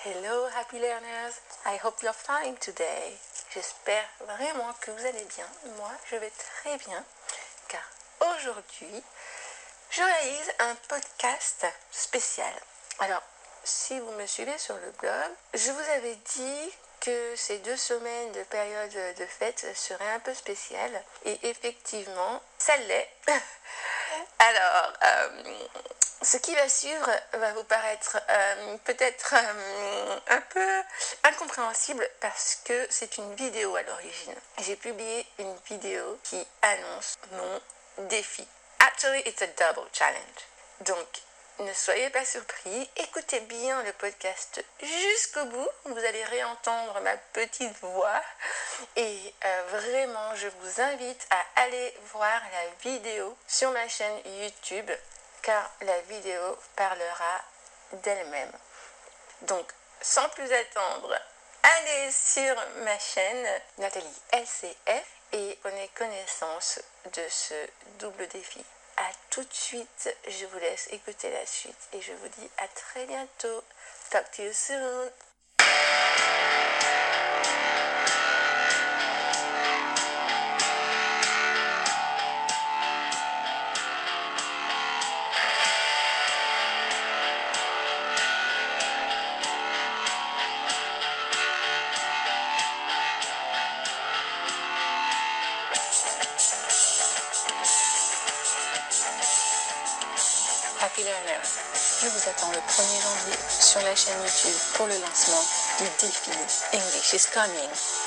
Hello happy learners, I hope you're fine today. J'espère vraiment que vous allez bien. Moi, je vais très bien car aujourd'hui, je réalise un podcast spécial. Alors, si vous me suivez sur le blog, je vous avais dit que ces 2 semaines de période de fête seraient un peu spéciales et effectivement, ça l'est. Alors, ce qui va suivre va vous paraître peut-être un peu incompréhensible parce que c'est une vidéo à l'origine. J'ai publié une vidéo qui annonce mon défi. Actually, it's a double challenge. Donc, ne soyez pas surpris, écoutez bien le podcast jusqu'au bout, vous allez réentendre ma petite voix et vraiment je vous invite à aller voir la vidéo sur ma chaîne YouTube car la vidéo parlera d'elle-même. Donc sans plus attendre, allez sur ma chaîne Nathalie LCF et prenez connaissance de ce double défi. A tout de suite, je vous laisse écouter la suite et je vous dis à très bientôt. Talk to you soon. Happy Learner, je vous attends le 1er janvier sur la chaîne YouTube pour le lancement du défi English is Coming.